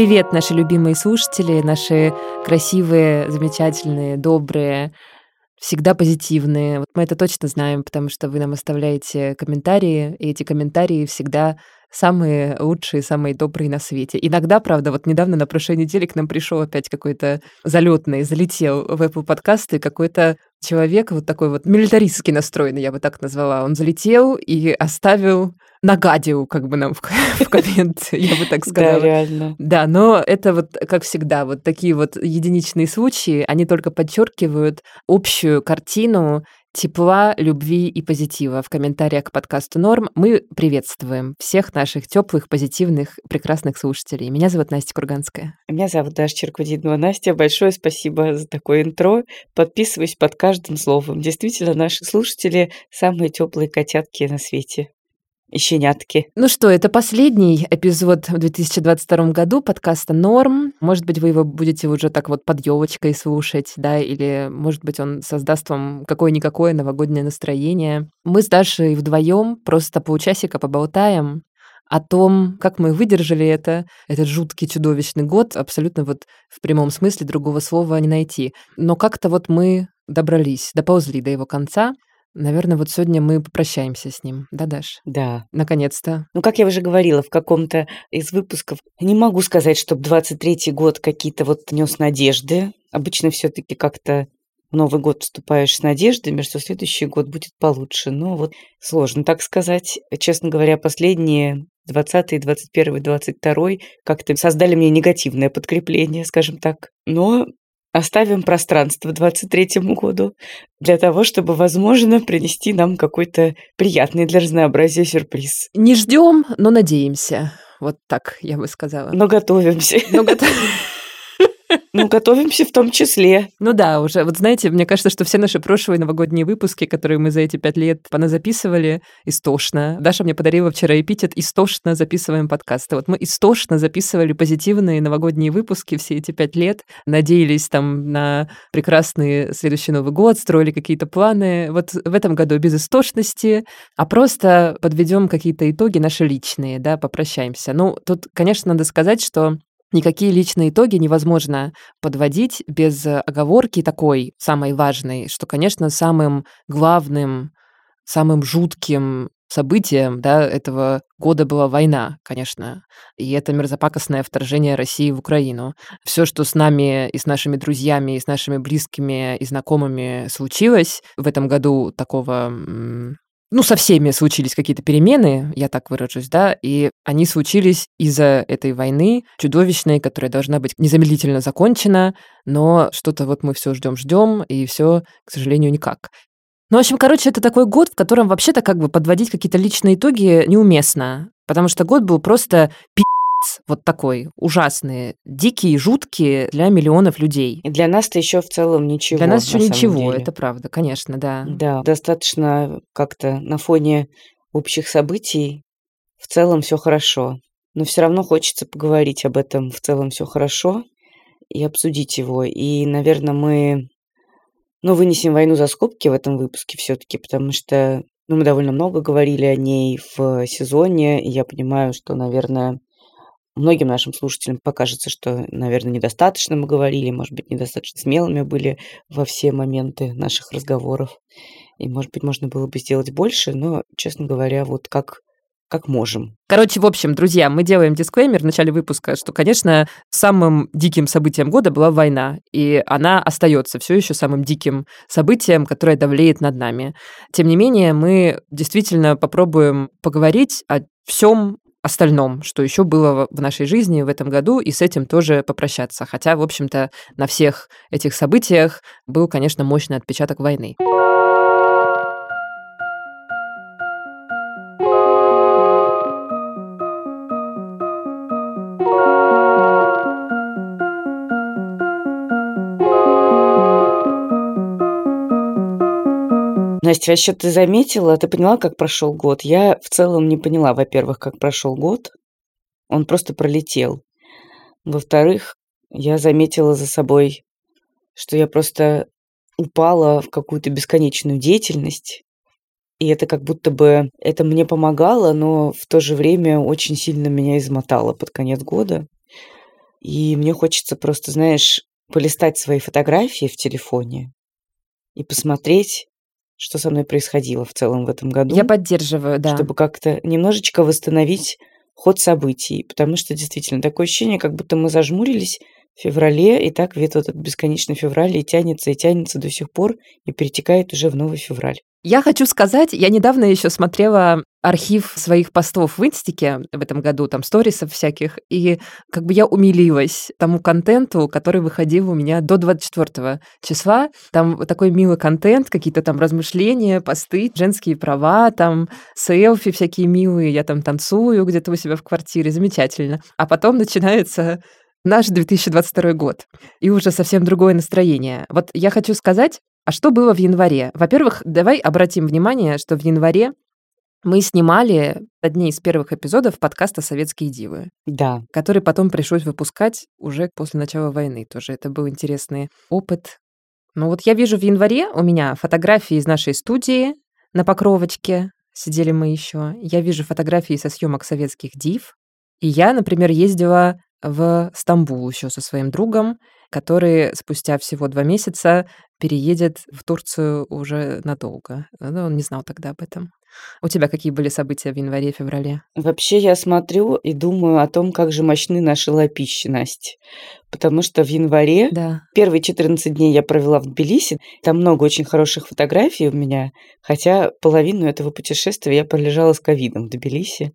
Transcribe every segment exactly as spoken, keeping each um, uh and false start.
Привет, наши любимые слушатели, наши красивые, замечательные, добрые, всегда позитивные. Вот мы это точно знаем, потому что вы нам оставляете комментарии, и эти комментарии всегда самые лучшие, самые добрые на свете. Иногда, правда, вот недавно на прошлой неделе к нам пришел опять какой-то залетный, залетел в Apple подкасты какой-то человек, вот такой вот милитаристски настроенный, я бы так назвала. Он залетел и оставил, нагадил как бы нам в, в коммент, я бы так сказала. Да, реально. Да, но это вот, как всегда, вот такие вот единичные случаи, они только подчеркивают общую картину тепла, любви и позитива. В комментариях к подкасту «Норм» мы приветствуем всех наших теплых, позитивных, прекрасных слушателей. Меня зовут Настя Курганская. Меня зовут Даша Черкудинова. Настя, большое спасибо за такое интро. Подписываюсь под каждым словом. Действительно, наши слушатели – самые теплые котятки на свете. И щенятки. Ну что, это последний эпизод в две тысячи двадцать втором году подкаста «Норм». Может быть, вы его будете уже так вот под елочкой слушать, да, или, может быть, он создаст вам какое-никакое новогоднее настроение. Мы с Дашей вдвоем просто полчасика поболтаем о том, как мы выдержали это, этот жуткий, чудовищный год, абсолютно вот в прямом смысле другого слова не найти. Но как-то вот мы добрались, доползли до его конца. Наверное, вот сегодня мы попрощаемся с ним. Да, Даш? Да. Наконец-то. Ну, как я уже говорила в каком-то из выпусков, не могу сказать, чтобы двадцать третий год какие-то вот нес надежды. Обычно все-таки как-то в Новый год вступаешь с надеждами, что следующий год будет получше. Но вот сложно так сказать. Честно говоря, последние двадцатый, двадцать первый, двадцать второй как-то создали мне негативное подкрепление, скажем так. Но оставим пространство двадцать третьему году для того, чтобы, возможно, принести нам какой-то приятный для разнообразия сюрприз. Не ждем, но надеемся. Вот так я бы сказала. Но готовимся. Но готовимся. Ну, готовимся в том числе. Ну да, уже, вот знаете, мне кажется, что все наши прошлые новогодние выпуски, которые мы за эти пять лет поназаписывали, истошно. Даша мне подарила вчера эпитет «истошно записываем подкасты». Вот мы истошно записывали позитивные новогодние выпуски все эти пять лет, надеялись там на прекрасный следующий Новый год, строили какие-то планы. Вот в этом году без истошности, а просто подведем какие-то итоги наши личные, да, попрощаемся. Ну, тут, конечно, надо сказать, что никакие личные итоги невозможно подводить без оговорки такой, самой важной, что, конечно, самым главным, самым жутким событием, да, этого года была война, конечно. И это мерзопакостное вторжение России в Украину. Все, что с нами и с нашими друзьями, и с нашими близкими и знакомыми случилось в этом году такого... Ну, со всеми случились какие-то перемены, я так выражусь, да, и они случились из-за этой войны чудовищной, которая должна быть незамедлительно закончена, но что-то вот мы все ждем-ждем, и все, к сожалению, никак. Ну, в общем, короче, это такой год, в котором вообще-то как бы подводить какие-то личные итоги неуместно, потому что год был просто пи***ц, вот такой, ужасный, дикий, жуткий для миллионов людей. И для нас-то еще в целом ничего. Для нас еще на ничего, самом деле. это правда, конечно, да. Да, достаточно как-то на фоне общих событий в целом все хорошо. Но все равно хочется поговорить об этом в целом все хорошо и обсудить его. И, наверное, мы ну, вынесем войну за скобки в этом выпуске все-таки, потому что ну, мы довольно много говорили о ней в сезоне, и я понимаю, что, наверное, многим нашим слушателям покажется, что, наверное, недостаточно мы говорили, может быть, недостаточно смелыми были во все моменты наших разговоров. И, может быть, можно было бы сделать больше, но, честно говоря, вот как, как можем. Короче, в общем, друзья, мы делаем дисклеймер в начале выпуска, что, конечно, самым диким событием года была война, и она остается все еще самым диким событием, которое давлеет над нами. Тем не менее, мы действительно попробуем поговорить о всем остальном, что еще было в нашей жизни в этом году, и с этим тоже попрощаться. Хотя, в общем-то, на всех этих событиях был, конечно, мощный отпечаток войны. Настя, вообще ты заметила, ты поняла, как прошел год? Я в целом не поняла, во-первых, как прошел год. Он просто пролетел. Во-вторых, я заметила за собой, что я просто упала в какую-то бесконечную деятельность. И это как будто бы это мне помогало, но в то же время очень сильно меня измотало под конец года. И мне хочется просто, знаешь, полистать свои фотографии в телефоне и посмотреть, что со мной происходило в целом в этом году. Я поддерживаю, да. Чтобы как-то немножечко восстановить ход событий. Потому что действительно такое ощущение, как будто мы зажмурились в феврале, и так ведь этот бесконечный февраль и тянется, и тянется до сих пор, и перетекает уже в новый февраль. Я хочу сказать, я недавно еще смотрела архив своих постов в Инстике в этом году, там, сторисов всяких, и как бы я умилилась тому контенту, который выходил у меня до двадцать четвёртого числа. Там такой милый контент, какие-то там размышления, посты, женские права, там селфи всякие милые, я там танцую где-то у себя в квартире, замечательно. А потом начинается наш две тысячи двадцать второй год, и уже совсем другое настроение. Вот я хочу сказать, а что было в январе? Во-первых, давай обратим внимание, что в январе мы снимали одни из первых эпизодов подкаста «Советские дивы», Да. который потом пришлось выпускать уже после начала войны. Тоже это был интересный опыт. Ну вот я вижу в январе у меня фотографии из нашей студии на Покровочке. Сидели мы еще. Я вижу фотографии со съемок «Советских див». И я, например, ездила в Стамбул еще со своим другом, который спустя всего два месяца переедет в Турцию уже надолго. Но он не знал тогда об этом. У тебя какие были события в январе-феврале? Вообще я смотрю и думаю о том, как же мощны наши лапищи, Настя. Потому что в январе Да. первые четырнадцать дней я провела в Тбилиси. Там много очень хороших фотографий у меня, хотя половину этого путешествия я пролежала с ковидом в Тбилиси.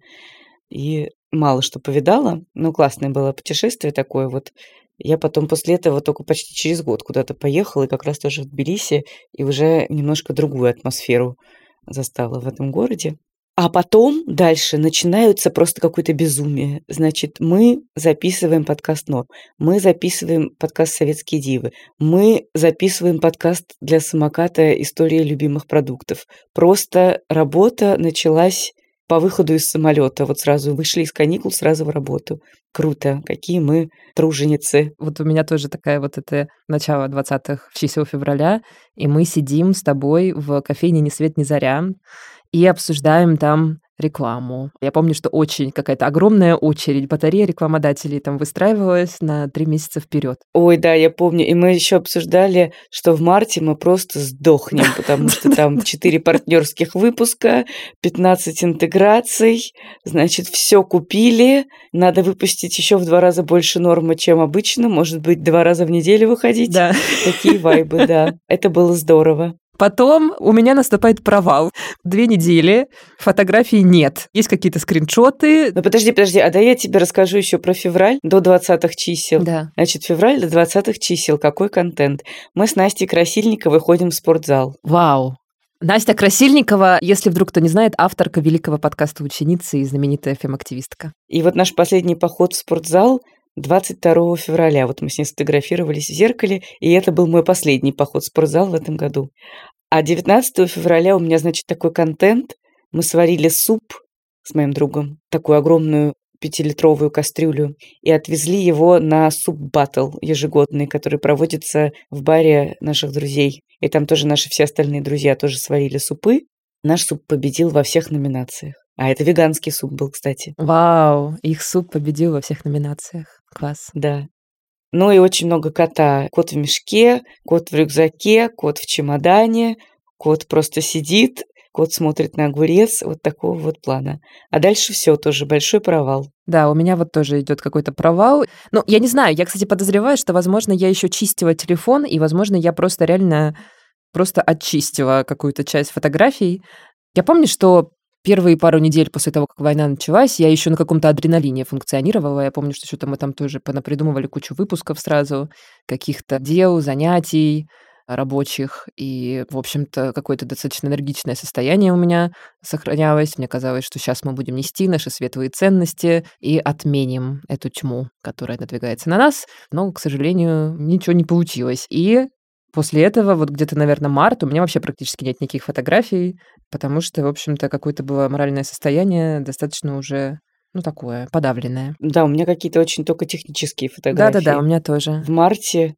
И мало что повидала, но классное было путешествие такое вот. Я потом после этого только почти через год куда-то поехала, и как раз тоже в Тбилиси, и уже немножко другую атмосферу застала в этом городе. А потом дальше начинаются просто какое-то безумие. Значит, мы записываем подкаст «Норм», мы записываем подкаст «Советские дивы», мы записываем подкаст для самоката «История любимых продуктов». Просто работа началась по выходу из самолета. Вот сразу вышли из каникул, сразу в работу. Круто. Какие мы труженицы. Вот у меня тоже такая вот это начало двадцатых чисел февраля, и мы сидим с тобой в кофейне «Ни свет ни заря» и обсуждаем там рекламу. Я помню, что очень какая-то огромная очередь, батарея рекламодателей там выстраивалась на три месяца вперед. Ой, да, я помню. И мы еще обсуждали, что в марте мы просто сдохнем, потому что там четыре партнерских выпуска, пятнадцать интеграций, значит, все купили. Надо выпустить еще в два раза больше нормы, чем обычно. Может быть, два раза в неделю выходить. Да. Такие вайбы, да. Это было здорово. Потом у меня наступает провал. Две недели, фотографий нет. Есть какие-то скриншоты. Ну подожди, подожди, а да я тебе расскажу еще про февраль до двадцатых чисел. Да. Значит, февраль до двадцатых чисел. Какой контент? Мы с Настей Красильниковой ходим в спортзал. Вау. Настя Красильникова, если вдруг кто не знает, авторка великого подкаста «Ученицы» и знаменитая фем-активистка. И вот наш последний поход в спортзал двадцать второго февраля. Вот мы с ней сфотографировались в зеркале, и это был мой последний поход в спортзал в этом году. А девятнадцатого февраля у меня, значит, такой контент. Мы сварили суп с моим другом, такую огромную пятилитровую кастрюлю, и отвезли его на суп-баттл ежегодный, который проводится в баре наших друзей. И там тоже наши все остальные друзья тоже сварили супы. Наш суп победил во всех номинациях. А это веганский суп был, кстати. Вау, их суп победил во всех номинациях. Класс. Да. Ну и очень много кота. Кот в мешке, кот в рюкзаке, кот в чемодане, кот просто сидит, кот смотрит на огурец. Вот такого вот плана. А дальше все тоже большой провал. Да, у меня вот тоже идет какой-то провал. Ну, я не знаю, я, кстати, подозреваю, что, возможно, я еще чистила телефон, и, возможно, я просто реально просто очистила какую-то часть фотографий. Я помню, что первые пару недель после того, как война началась, я еще на каком-то адреналине функционировала. Я помню, что что-то мы там тоже понапридумывали кучу выпусков сразу, каких-то дел, занятий рабочих. И, в общем-то, какое-то достаточно энергичное состояние у меня сохранялось. Мне казалось, что сейчас мы будем нести наши светлые ценности и отменим эту тьму, которая надвигается на нас. Но, к сожалению, ничего не получилось. И после этого, вот где-то, наверное, март, у меня вообще практически нет никаких фотографий, потому что, в общем-то, какое-то было моральное состояние достаточно уже, ну, такое, подавленное. Да, у меня какие-то очень только технические фотографии. Да-да-да, у меня тоже. В марте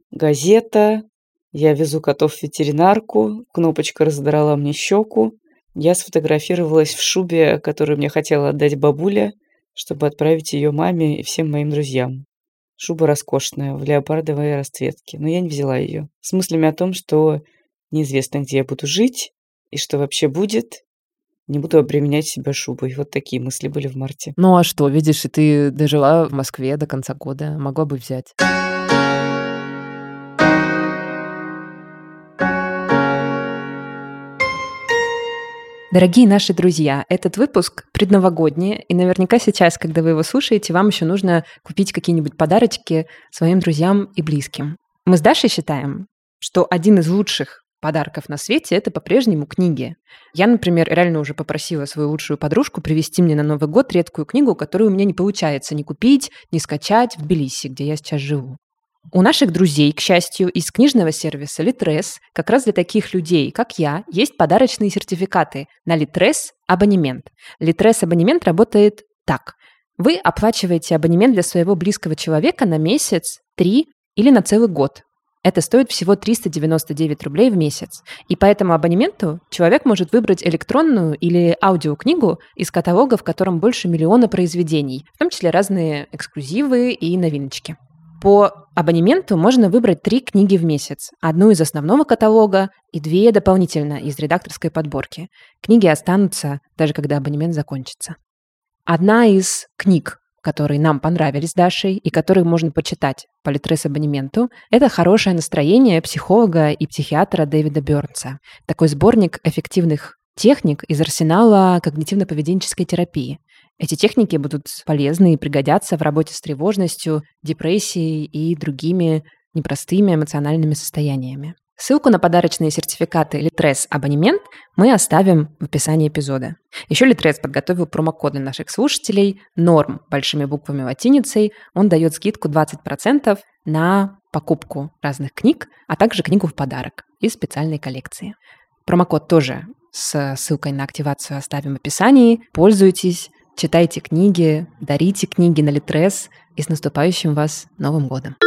газета, я везу котов в ветеринарку, кнопочка разодрала мне щеку. Я сфотографировалась в шубе, которую мне хотела отдать бабуля, чтобы отправить ее маме и всем моим друзьям. шуба роскошная, в леопардовой расцветке, но я не взяла ее. С мыслями о том, что неизвестно, где я буду жить и что вообще будет, не буду обременять себя шубой. Вот такие мысли были в марте. Ну а что, видишь, и ты дожила в Москве до конца года, могла бы взять. Дорогие наши друзья, этот выпуск предновогодний, и наверняка сейчас, когда вы его слушаете, вам еще нужно купить какие-нибудь подарочки своим друзьям и близким. Мы с Дашей считаем, что один из лучших подарков на свете — это по-прежнему книги. Я, например, реально уже попросила свою лучшую подружку привезти мне на Новый год редкую книгу, которую у меня не получается ни купить, ни скачать в Тбилиси, где я сейчас живу. У наших друзей, к счастью, из книжного сервиса Литрес, как раз для таких людей, как я, есть подарочные сертификаты на Литрес абонемент. Литрес абонемент работает так. Вы оплачиваете абонемент для своего близкого человека на месяц, три или на целый год. Это стоит всего триста девяносто девять рублей в месяц. И по этому абонементу человек может выбрать электронную или аудиокнигу из каталога, в котором больше миллиона произведений, в том числе разные эксклюзивы и новиночки. По абонементу можно выбрать три книги в месяц. Одну из основного каталога и две дополнительно из редакторской подборки. Книги останутся, даже когда абонемент закончится. Одна из книг, которые нам понравились с Дашей и которые можно почитать по Литрес-абонементу, это «Хорошее настроение» психолога и психиатра Дэвида Бёрнса. Такой сборник эффективных техник из арсенала когнитивно-поведенческой терапии. Эти техники будут полезны и пригодятся в работе с тревожностью, депрессией и другими непростыми эмоциональными состояниями. Ссылку на подарочные сертификаты Литрес абонемент мы оставим в описании эпизода. Еще Литрес подготовил промокод для наших слушателей «Норм» большими буквами латиницей. Он дает скидку двадцать процентов на покупку разных книг, а также книгу в подарок из специальной коллекции. Промокод тоже с ссылкой на активацию оставим в описании. Пользуйтесь. Читайте книги, дарите книги на Литрес, и с наступающим вас Новым годом.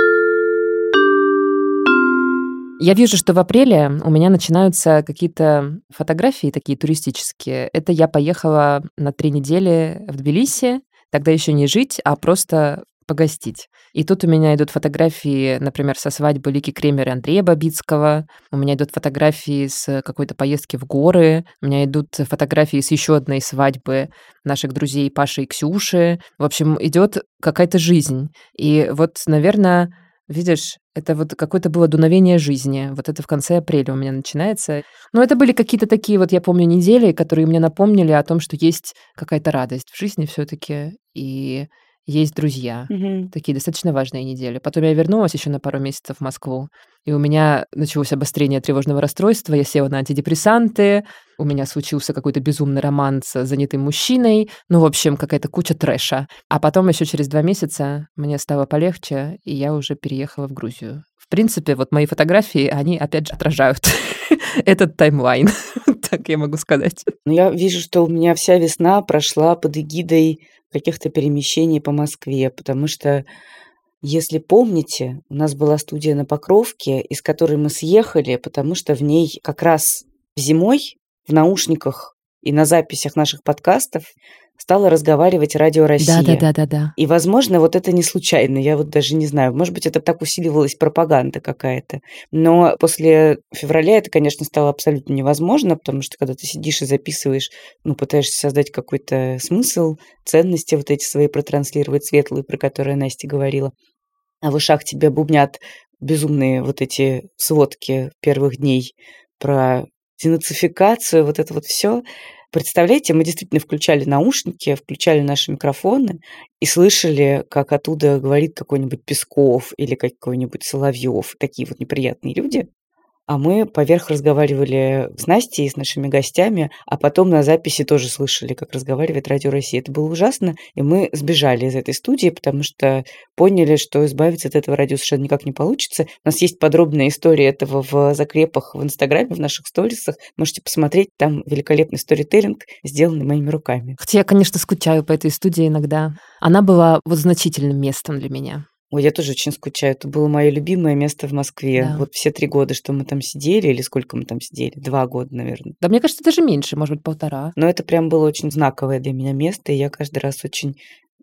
Я вижу, что в апреле у меня начинаются какие-то фотографии такие туристические. Это я поехала на три недели в Тбилиси, тогда еще не жить, а просто погостить. И тут у меня идут фотографии, например, со свадьбы Лики Кремер и Андрея Бабицкого. У меня идут фотографии с какой-то поездки в горы. У меня идут фотографии с еще одной свадьбы наших друзей Паши и Ксюши. В общем, идет какая-то жизнь. И вот, наверное, видишь, это вот какое-то было дуновение жизни. Вот это в конце апреля у меня начинается. Но это были какие-то такие вот, я помню, недели, которые мне напомнили о том, что есть какая-то радость в жизни все-таки. И есть друзья. Мгм. Такие достаточно важные недели. Потом я вернулась еще на пару месяцев в Москву, и у меня началось обострение тревожного расстройства, я села на антидепрессанты, у меня случился какой-то безумный роман с занятым мужчиной, ну, в общем, какая-то куча трэша. А потом еще через два месяца мне стало полегче, и я уже переехала в Грузию. В принципе, вот мои фотографии, они опять же отражают этот таймлайн, так я могу сказать. Но я вижу, что у меня вся весна прошла под эгидой каких-то перемещений по Москве, потому что, если помните, у нас была студия на Покровке, из которой мы съехали, потому что в ней как раз зимой в наушниках и на записях наших подкастов стала разговаривать Радио Россия. Да-да-да-да-да. И, возможно, вот это не случайно, я вот даже не знаю. Может быть, это так усиливалась пропаганда какая-то. Но после февраля это, конечно, стало абсолютно невозможно, потому что, когда ты сидишь и записываешь, ну, пытаешься создать какой-то смысл, ценности вот эти свои протранслировать, светлые, про которые Настя говорила, а в ушах тебе бубнят безумные вот эти сводки первых дней про денацификацию, вот это вот все. Представляете, мы действительно включали наушники, включали наши микрофоны и слышали, как оттуда говорит какой-нибудь Песков или какой-нибудь Соловьев, такие вот неприятные люди. А мы поверх разговаривали с Настей и с нашими гостями, а потом на записи тоже слышали, как разговаривает Радио Россия. Это было ужасно, и мы сбежали из этой студии, потому что поняли, что избавиться от этого радио совершенно никак не получится. У нас есть подробная история этого в закрепах в Инстаграме, в наших сторисах. Можете посмотреть, там великолепный сторителлинг, сделанный моими руками. Хотя я, конечно, скучаю по этой студии иногда. Она была вот значительным местом для меня. Ой, я тоже очень скучаю. Это было мое любимое место в Москве. Да. Вот все три года, что мы там сидели, или сколько мы там сидели? Два года, наверное. Да, мне кажется, даже меньше, может быть, полтора. Но это прям было очень знаковое для меня место, и я каждый раз очень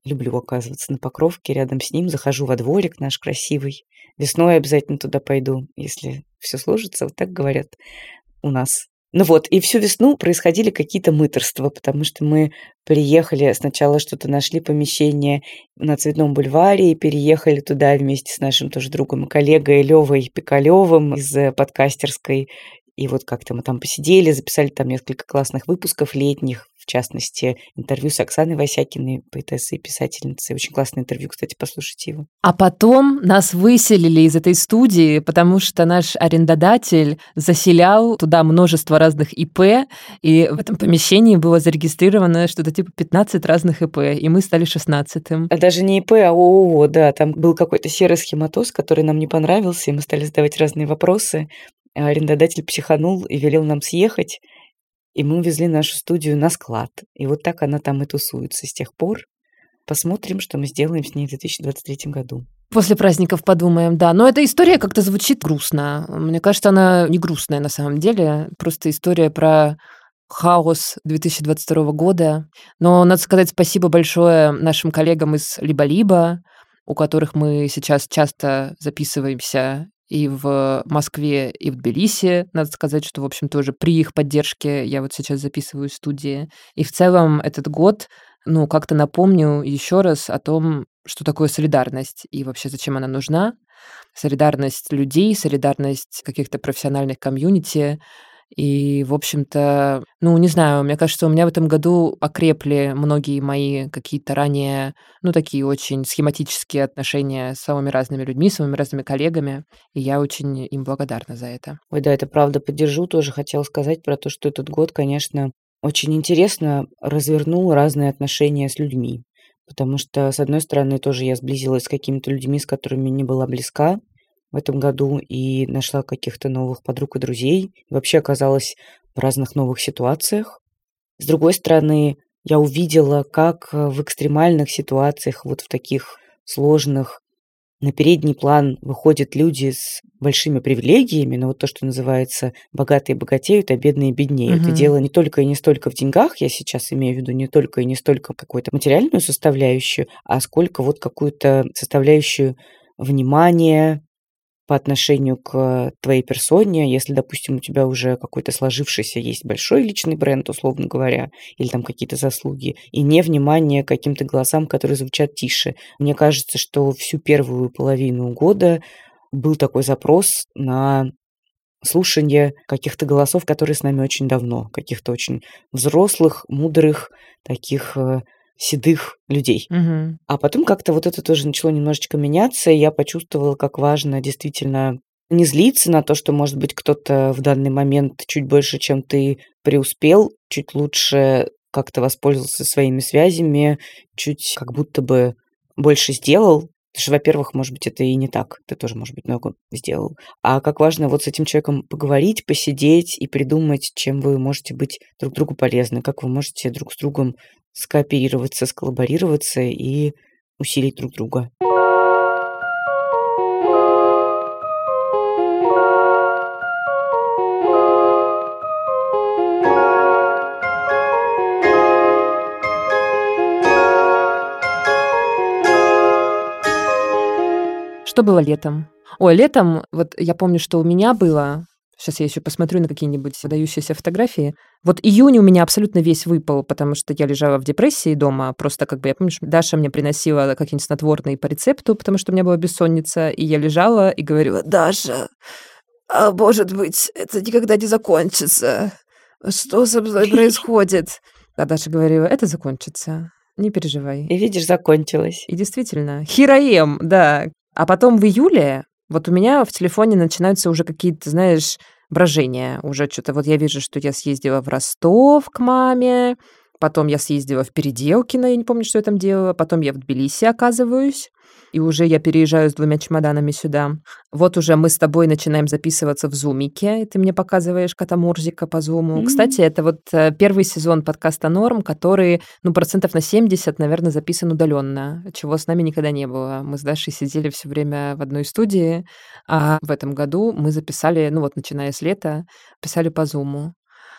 люблю оказываться на Покровке рядом с ним, захожу во дворик наш красивый. Весной обязательно туда пойду, если все сложится. Вот так говорят у нас. Ну вот, и всю весну происходили какие-то мытарства, потому что мы приехали, сначала что-то нашли помещение на Цветном бульваре и переехали туда вместе с нашим тоже другом и коллегой Лёвой Пикалёвым из э, подкастерской. И вот как-то мы там посидели, записали там несколько классных выпусков летних, в частности, интервью с Оксаной Васякиной, поэтессой и писательницей. Очень классное интервью, кстати, послушайте его. А потом нас выселили из этой студии, потому что наш арендодатель заселял туда множество разных ИП, и в этом помещении было зарегистрировано что-то типа пятнадцать разных ИП, и мы стали шестнадцатым. А даже не ИП, а ООО, да. Там был какой-то серый схематоз, который нам не понравился, и мы стали задавать разные вопросы. А арендодатель психанул и велел нам съехать, и мы увезли нашу студию на склад. И вот так она там и тусуется с тех пор. Посмотрим, что мы сделаем с ней в две тысячи двадцать третьем году. После праздников подумаем, да. Но эта история как-то звучит грустно. Мне кажется, она не грустная на самом деле. Просто история про хаос две тысячи двадцать второго года. Но надо сказать спасибо большое нашим коллегам из «Либо-либо», у которых мы сейчас часто записываемся и в Москве, и в Тбилиси. Надо сказать, что, в общем, тоже при их поддержке я вот сейчас записываю в студии. И в целом этот год, ну, как-то напомню еще раз о том, что такое солидарность и вообще зачем она нужна. Солидарность людей, солидарность каких-то профессиональных комьюнити. И, в общем-то, ну, не знаю, мне кажется, у меня в этом году окрепли многие мои какие-то ранее, ну, такие очень схематические отношения с самыми разными людьми, с самыми разными коллегами, и я очень им благодарна за это. Ой, да, это правда, поддержу. Тоже хотела сказать про то, что этот год, конечно, очень интересно развернул разные отношения с людьми. Потому что, с одной стороны, тоже я сблизилась с какими-то людьми, с которыми не была близка в этом году, и нашла каких-то новых подруг и друзей. Вообще оказалась в разных новых ситуациях. С другой стороны, я увидела, как в экстремальных ситуациях, вот в таких сложных, на передний план выходят люди с большими привилегиями, но вот то, что называется «богатые богатеют, а бедные беднеют». Мгм. И дело не только и не столько в деньгах, я сейчас имею в виду не только и не столько какую-то материальную составляющую, а сколько вот какую-то составляющую внимания по отношению к твоей персоне. Если, допустим, у тебя уже какой-то сложившийся есть большой личный бренд, условно говоря, или там какие-то заслуги, и невнимание к каким-то голосам, которые звучат тише. Мне кажется, что всю первую половину года был такой запрос на слушание каких-то голосов, которые с нами очень давно, каких-то очень взрослых, мудрых, таких э, седых людей. Мгм. А потом как-то вот это тоже начало немножечко меняться, и я почувствовала, как важно действительно не злиться на то, что, может быть, кто-то в данный момент чуть больше, чем ты, преуспел, чуть лучше как-то воспользовался своими связями, чуть как будто бы больше сделал. Потому что, во-первых, может быть, это и не так. Ты тоже, может быть, много сделал. А как важно вот с этим человеком поговорить, посидеть и придумать, чем вы можете быть друг другу полезны, как вы можете друг с другом скооперироваться, сколлаборироваться и усилить друг друга. Что было летом? Ой, летом, вот я помню, что у меня было. Сейчас я еще посмотрю на какие-нибудь выдающиеся фотографии. Вот июнь у меня абсолютно весь выпал, потому что я лежала в депрессии дома. Просто как бы, я помню, что Даша мне приносила какие-нибудь снотворные по рецепту, потому что у меня была бессонница, и я лежала и говорила: «Даша, а может быть, это никогда не закончится? Что со мной происходит?» А Даша говорила: «Это закончится, не переживай». И видишь, закончилось. И действительно, хироем, да. А потом в июле вот у меня в телефоне начинаются уже какие-то, знаешь, брожения. Уже что-то вот я вижу, что я съездила в Ростов к маме, потом я съездила в Переделкино, я не помню, что я там делала, потом я в Тбилиси оказываюсь, и уже я переезжаю с двумя чемоданами сюда. Вот уже мы с тобой начинаем записываться в зумике, и ты мне показываешь кота Мурзика по зуму. М. Кстати, это вот э, первый сезон подкаста «Норм», который, ну, процентов на семьдесят, наверное, записан удаленно, чего с нами никогда не было. Мы с Дашей сидели все время в одной студии, а в этом году мы записали, ну вот начиная с лета, писали по зуму.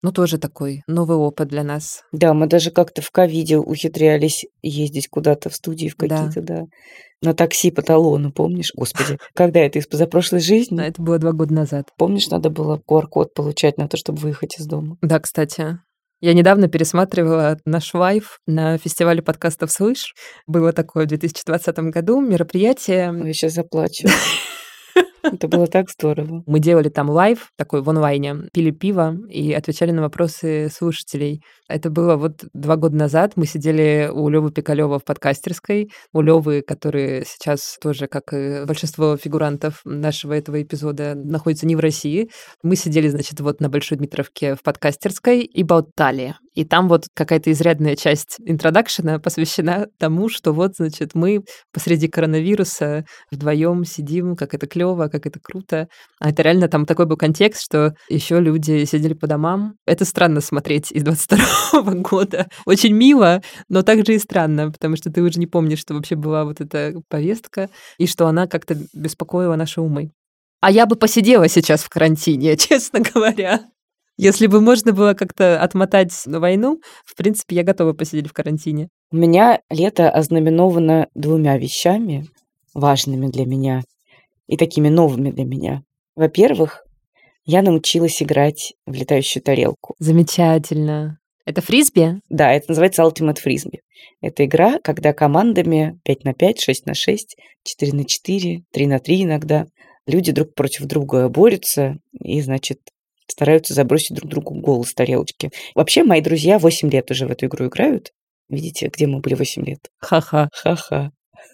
Ну, тоже такой новый опыт для нас. Да, мы даже как-то в ковиде ухитрялись ездить куда-то в студии, в Да. какие-то, да. На такси по талону, помнишь? Господи, когда это, из позапрошлой жизни? Это было два года назад. Помнишь, надо было ку ар-код получать на то, чтобы выехать из дома? Да, кстати. Я недавно пересматривала наш вайв на фестивале подкастов «Слышь». Было такое в две тысячи двадцатом году мероприятие. Ой, я сейчас заплачу. Это было так здорово. Мы делали там лайв такой в онлайне, пили пиво и отвечали на вопросы слушателей. Это было вот два года назад. Мы сидели у Лёвы Пикалёва в подкастерской. У Лёвы, который сейчас тоже, как и большинство фигурантов нашего этого эпизода, находится не в России. Мы сидели, значит, вот на Большой Дмитровке в подкастерской и болтали. И там вот какая-то изрядная часть интродакшена посвящена тому, что вот, значит, мы посреди коронавируса вдвоем сидим, как это клево, как это круто. А это реально там такой был контекст, что еще люди сидели по домам. Это странно смотреть из двадцать второго года. Очень мило, но также и странно, потому что ты уже не помнишь, что вообще была вот эта повестка, и что она как-то беспокоила наши умы. А я бы посидела сейчас в карантине, честно говоря. Если бы можно было как-то отмотать на войну, в принципе, я готова посидеть в карантине. У меня лето ознаменовано двумя вещами, важными для меня и такими новыми для меня. Во-первых, я научилась играть в летающую тарелку. Замечательно. Это фрисби? Да, это называется Ultimate Frisbee. Это игра, когда командами пять на пять, шесть на шесть, четыре на четыре, три на три иногда люди друг против друга борются и, значит, стараются забросить друг другу гол с тарелочки. Вообще, мои друзья восемь лет уже в эту игру играют. Видите, где мы были восемь лет? Ха-ха. Ха-ха.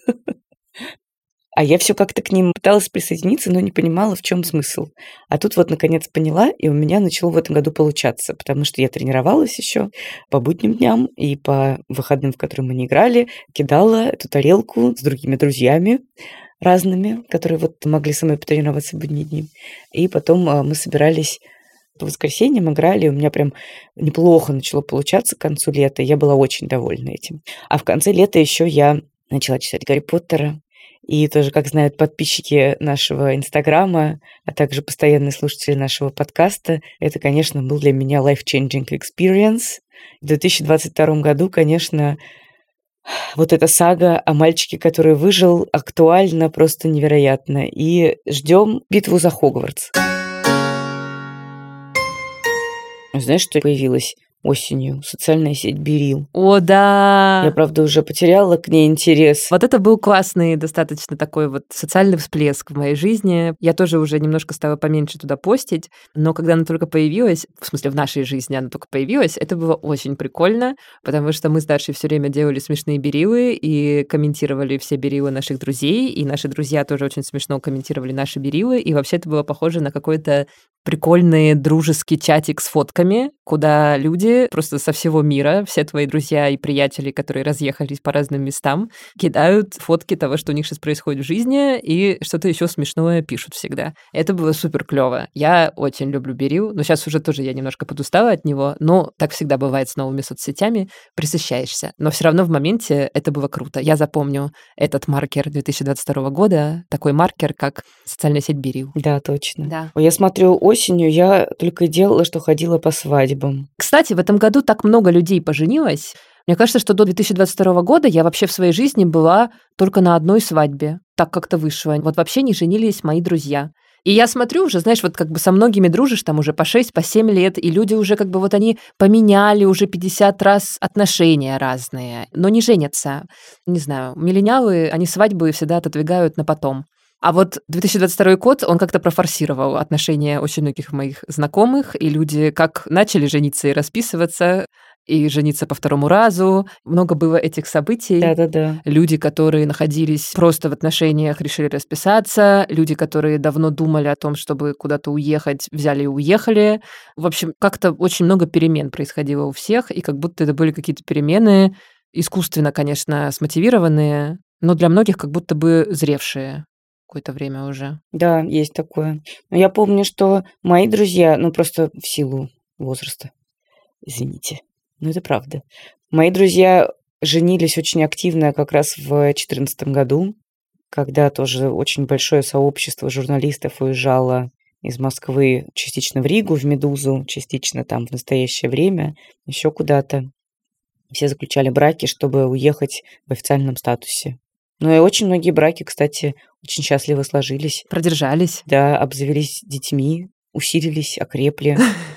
А я все как-то к ним пыталась присоединиться, но не понимала, в чем смысл. А тут вот, наконец, поняла, и у меня начало в этом году получаться, потому что я тренировалась еще по будним дням и по выходным, в которые мы не играли, кидала эту тарелку с другими друзьями разными, которые вот могли со мной потренироваться в будние дни. И потом мы собирались по воскресеньям, играли, у меня прям неплохо начало получаться к концу лета, я была очень довольна этим. А в конце лета еще я начала читать Гарри Поттера, и тоже, как знают подписчики нашего Инстаграма, а также постоянные слушатели нашего подкаста, это, конечно, был для меня life-changing experience. В две тысячи двадцать втором году, конечно, вот эта сага о мальчике, который выжил, актуальна просто невероятно. И ждем битву за Хогвартс. Знаешь, что появилось осенью? Социальная сеть Берил. О, да! Я, правда, уже потеряла к ней интерес. Вот это был классный, достаточно такой вот социальный всплеск в моей жизни. Я тоже уже немножко стала поменьше туда постить, но когда она только появилась, в смысле в нашей жизни она только появилась, это было очень прикольно, потому что мы с Дашей все время делали смешные берилы и комментировали все берилы наших друзей, и наши друзья тоже очень смешно комментировали наши берилы, и вообще это было похоже на какой-то прикольный дружеский чатик с фотками, куда люди просто со всего мира, все твои друзья и приятели, которые разъехались по разным местам, кидают фотки того, что у них сейчас происходит в жизни, и что-то еще смешное пишут всегда. Это было супер клево. Я очень люблю Берил, но сейчас уже тоже я немножко подустала от него, но так всегда бывает с новыми соцсетями, присыщаешься. Но все равно в моменте это было круто. Я запомню этот маркер две тысячи двадцать второго года, такой маркер, как социальная сеть Берил. Да, точно. Да. Я смотрю, осенью я только и делала, что ходила по свадьбам. Кстати, в этом году так много людей поженилось. Мне кажется, что до две тысячи двадцать второго года я вообще в своей жизни была только на одной свадьбе. Так как-то вышло. Вот вообще не женились мои друзья. И я смотрю уже, знаешь, вот как бы со многими дружишь там уже по шесть, по семь лет, и люди уже как бы вот они поменяли уже пятьдесят раз отношения разные, но не женятся. Не знаю, миллениалы, они свадьбы всегда отодвигают на потом. А вот две тысячи двадцать второй год, он как-то профорсировал отношения очень многих моих знакомых, и люди как начали жениться и расписываться, и жениться по второму разу. Много было этих событий. Да-да-да. Люди, которые находились просто в отношениях, решили расписаться. Люди, которые давно думали о том, чтобы куда-то уехать, взяли и уехали. В общем, как-то очень много перемен происходило у всех, и как будто это были какие-то перемены, искусственно, конечно, смотивированные, но для многих как будто бы зревшие какое-то время уже. Да, есть такое. Но я помню, что мои друзья, ну просто в силу возраста, извините, но это правда. Мои друзья женились очень активно как раз в две тысячи четырнадцатом году, когда тоже очень большое сообщество журналистов уезжало из Москвы частично в Ригу, в «Медузу», частично там в настоящее время, еще куда-то. Все заключали браки, чтобы уехать в официальном статусе. Ну и очень многие браки, кстати, очень счастливо сложились. Продержались. Да, обзавелись детьми, усилились, окрепли.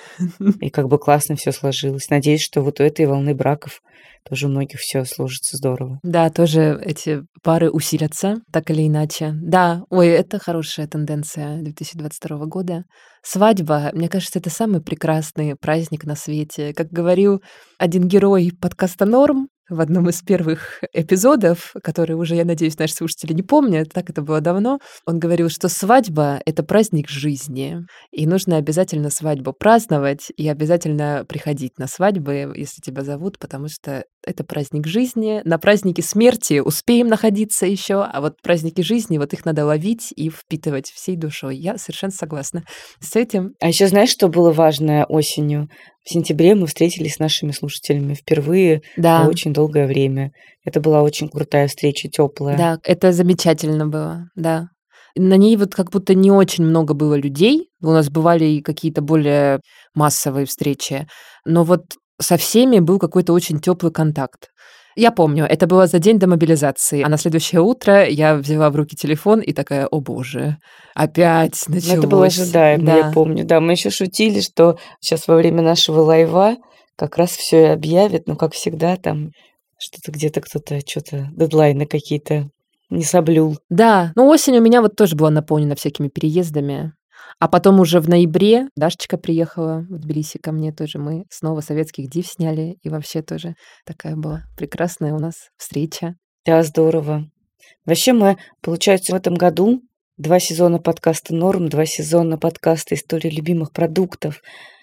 И как бы классно все сложилось. Надеюсь, что вот у этой волны браков тоже у многих все сложится здорово. Да, тоже эти пары усилятся, так или иначе. Да, ой, это хорошая тенденция две тысячи двадцать второго года. Свадьба, мне кажется, это самый прекрасный праздник на свете. Как говорил один герой подкаста «Норм» в одном из первых эпизодов, который уже, я надеюсь, наши слушатели не помнят, так это было давно, он говорил, что свадьба — это праздник жизни, и нужно обязательно свадьбу праздновать и обязательно приходить на свадьбы, если тебя зовут, потому что это праздник жизни. На празднике смерти успеем находиться еще, а вот праздники жизни, вот их надо ловить и впитывать всей душой. Я совершенно согласна с этим. А еще знаешь, что было важное осенью? В сентябре мы встретились с нашими слушателями впервые Да. за очень долгое время. Это была очень крутая встреча, теплая. Да, это замечательно было, да. На ней вот как будто не очень много было людей. У нас бывали и какие-то более массовые встречи. Но вот со всеми был какой-то очень теплый контакт. Я помню, это было за день до мобилизации, а на следующее утро я взяла в руки телефон и такая: о боже, опять началось. Но это было ожидаемо, Да. я помню. Да, мы еще шутили, что сейчас во время нашего лайва как раз все и объявят, ну, как всегда, там что-то где-то кто-то, что-то, дедлайны какие-то не соблюл. Да, но осень у меня вот тоже была наполнена всякими переездами. А потом уже в ноябре Дашечка приехала в Тбилиси ко мне тоже. Мы снова советских див сняли. И вообще тоже такая была прекрасная у нас встреча. Да, здорово. Вообще мы, получается, в этом году два сезона подкаста «Норм», два сезона подкаста «История любимых продуктов»,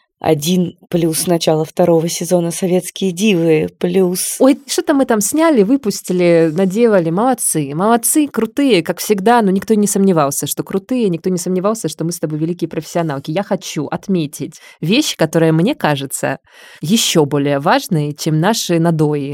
один плюс начало второго сезона «Советские дивы», плюс... Ой, что-то мы там сняли, выпустили, наделали. Молодцы, молодцы, крутые, как всегда. Но никто не сомневался, что крутые, никто не сомневался, что мы с тобой великие профессионалки. Я хочу отметить вещь, которая, мне кажется, еще более важной, чем наши надои.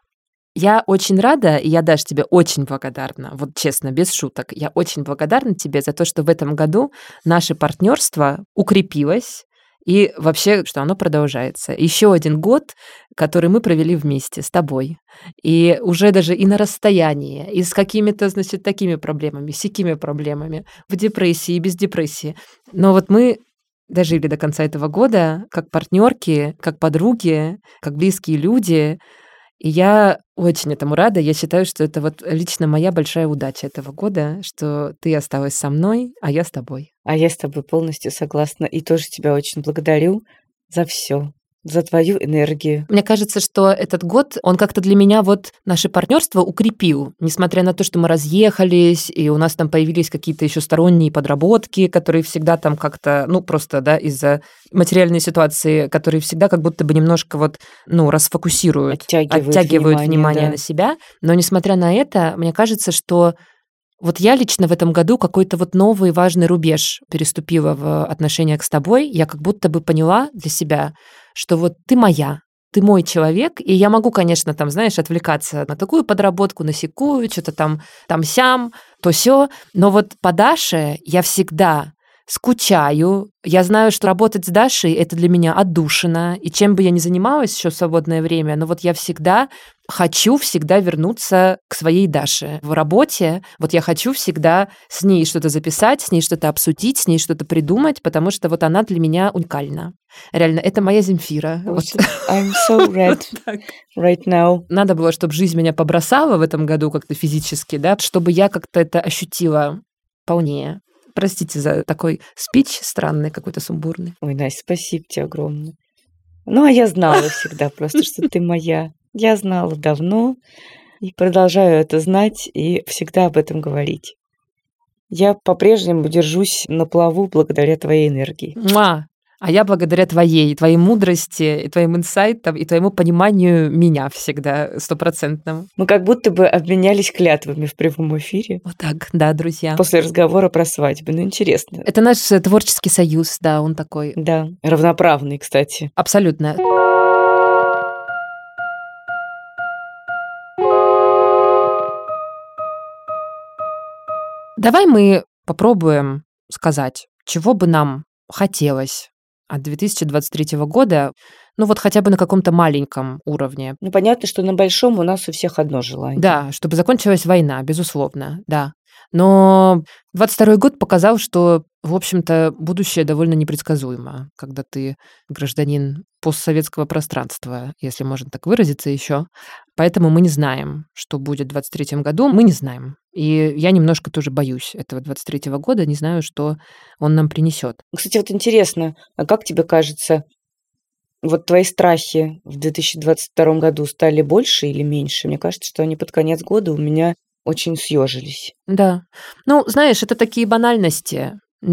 Я очень рада, и я, Даш, тебе очень благодарна, вот честно, без шуток, я очень благодарна тебе за то, что в этом году наше партнерство укрепилось, и вообще, что оно продолжается. Еще один год, который мы провели вместе с тобой. И уже даже и на расстоянии, и с какими-то, значит, такими проблемами, сякими проблемами, в депрессии, без депрессии. Но вот мы дожили до конца этого года как партнерки, как подруги, как близкие люди. И я очень этому рада. Я считаю, что это вот лично моя большая удача этого года, что ты осталась со мной, а я с тобой. А я с тобой полностью согласна. И тоже тебя очень благодарю за все, за твою энергию. Мне кажется, что этот год, он как-то для меня вот наше партнерство укрепил, несмотря на то, что мы разъехались, и у нас там появились какие-то еще сторонние подработки, которые всегда там как-то, ну, просто, да, из-за материальной ситуации, которые всегда как будто бы немножко вот, ну, расфокусируют, Оттягивают, оттягивают внимание, внимание да. на себя. Но несмотря на это, мне кажется, что вот я лично в этом году какой-то вот новый важный рубеж переступила в отношениях с тобой. Я как будто бы поняла для себя, что вот ты моя, ты мой человек, и я могу, конечно, там, знаешь, отвлекаться на такую подработку, на сякую, что-то там, там сям, то сё, но вот по Даше я всегда скучаю. Я знаю, что работать с Дашей — это для меня отдушина, и чем бы я ни занималась еще в свободное время, но вот я всегда хочу всегда вернуться к своей Даше в работе. Вот я хочу всегда с ней что-то записать, с ней что-то обсудить, с ней что-то придумать, потому что вот она для меня уникальна. Реально, это моя Земфира. Вот. I'm so red right now. Надо было, чтобы жизнь меня побросала в этом году как-то физически, да, чтобы я как-то это ощутила полнее. Простите за такой спич странный, какой-то сумбурный. Ой, Настя, спасибо тебе огромное. Ну, а я знала всегда просто, что ты моя. Я знала давно и продолжаю это знать и всегда об этом говорить. Я по-прежнему держусь на плаву благодаря твоей энергии. Муа! А я благодаря твоей, твоей мудрости, и твоим инсайтам, и твоему пониманию меня всегда стопроцентному. Мы как будто бы обменялись клятвами в прямом эфире. Вот так, да, друзья. После разговора про свадьбу. Ну, интересно. Это наш творческий союз, да, он такой. Да, равноправный, кстати. Абсолютно. Давай мы попробуем сказать чего бы нам хотелось от две тысячи двадцать третьего года, ну вот хотя бы на каком-то маленьком уровне. Ну, понятно, что на большом у нас у всех одно желание. Да, чтобы закончилась война, безусловно, да. Но двадцать второй год показал, что, в общем-то, будущее довольно непредсказуемо, когда ты гражданин постсоветского пространства, если можно так выразиться еще. Поэтому мы не знаем, что будет в двадцать третьем году, мы не знаем. И я немножко тоже боюсь этого двадцать третьего года, не знаю, что он нам принесет. Кстати, вот интересно, а как тебе кажется, вот твои страхи в две тысячи двадцать втором году стали больше или меньше? Мне кажется, что они под конец года у меня очень съежились. Да. Ну, знаешь, это такие банальности,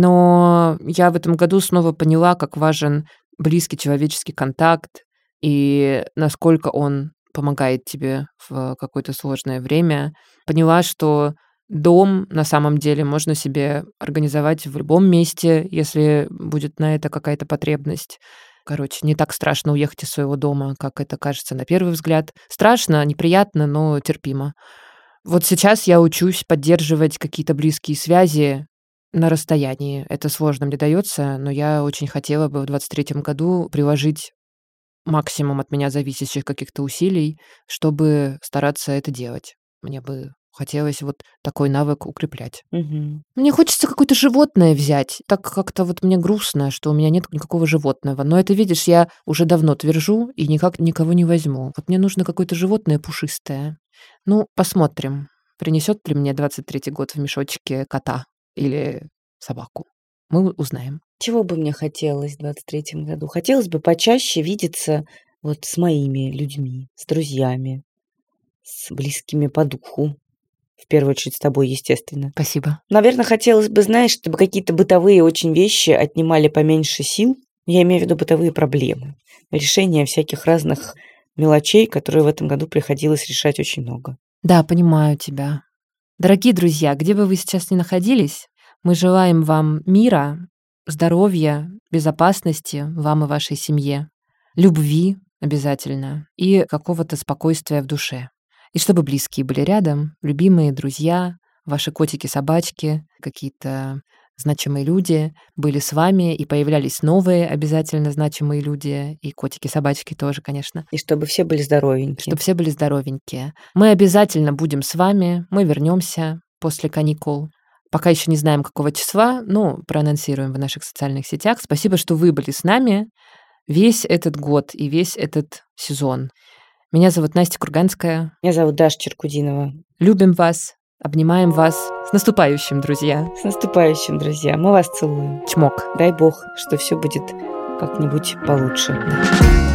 но я в этом году снова поняла, как важен близкий человеческий контакт и насколько он помогает тебе в какое-то сложное время. Поняла, что дом на самом деле можно себе организовать в любом месте, если будет на это какая-то потребность. Короче, не так страшно уехать из своего дома, как это кажется на первый взгляд. Страшно, неприятно, но терпимо. Вот сейчас я учусь поддерживать какие-то близкие связи на расстоянии. Это сложно мне дается, но я очень хотела бы в двадцать третьем году приложить максимум от меня зависящих каких-то усилий, чтобы стараться это делать. Мне бы хотелось вот такой навык укреплять. Угу. Мне хочется какое-то животное взять. Так как-то вот мне грустно, что у меня нет никакого животного. Но это, видишь, я уже давно твержу и никак никого не возьму. Вот мне нужно какое-то животное пушистое. Ну, посмотрим, принесет ли мне двадцать третий год в мешочке кота или собаку. Мы узнаем. Чего бы мне хотелось в двадцать третьем году? Хотелось бы почаще видеться вот с моими людьми, с друзьями, с близкими по духу. В первую очередь с тобой, естественно. Спасибо. Наверное, хотелось бы, знаешь, чтобы какие-то бытовые очень вещи отнимали поменьше сил. Я имею в виду бытовые проблемы. Решение всяких разных мелочей, которые в этом году приходилось решать очень много. Да, понимаю тебя. Дорогие друзья, где бы вы сейчас ни находились, мы желаем вам мира, здоровья, безопасности вам и вашей семье, любви обязательно и какого-то спокойствия в душе. И чтобы близкие были рядом, любимые, друзья, ваши котики-собачки, какие-то значимые люди были с вами, и появлялись новые обязательно значимые люди, и котики-собачки тоже, конечно. И чтобы все были здоровенькие. Чтобы все были здоровенькие. Мы обязательно будем с вами, мы вернемся после каникул. Пока еще не знаем, какого числа, но проанонсируем в наших социальных сетях. Спасибо, что вы были с нами весь этот год и весь этот сезон. Меня зовут Настя Курганская. Меня зовут Даша Черкудинова. Любим вас, обнимаем вас. С наступающим, друзья. С наступающим, друзья. Мы вас целуем. Чмок. Дай бог, что все будет как-нибудь получше.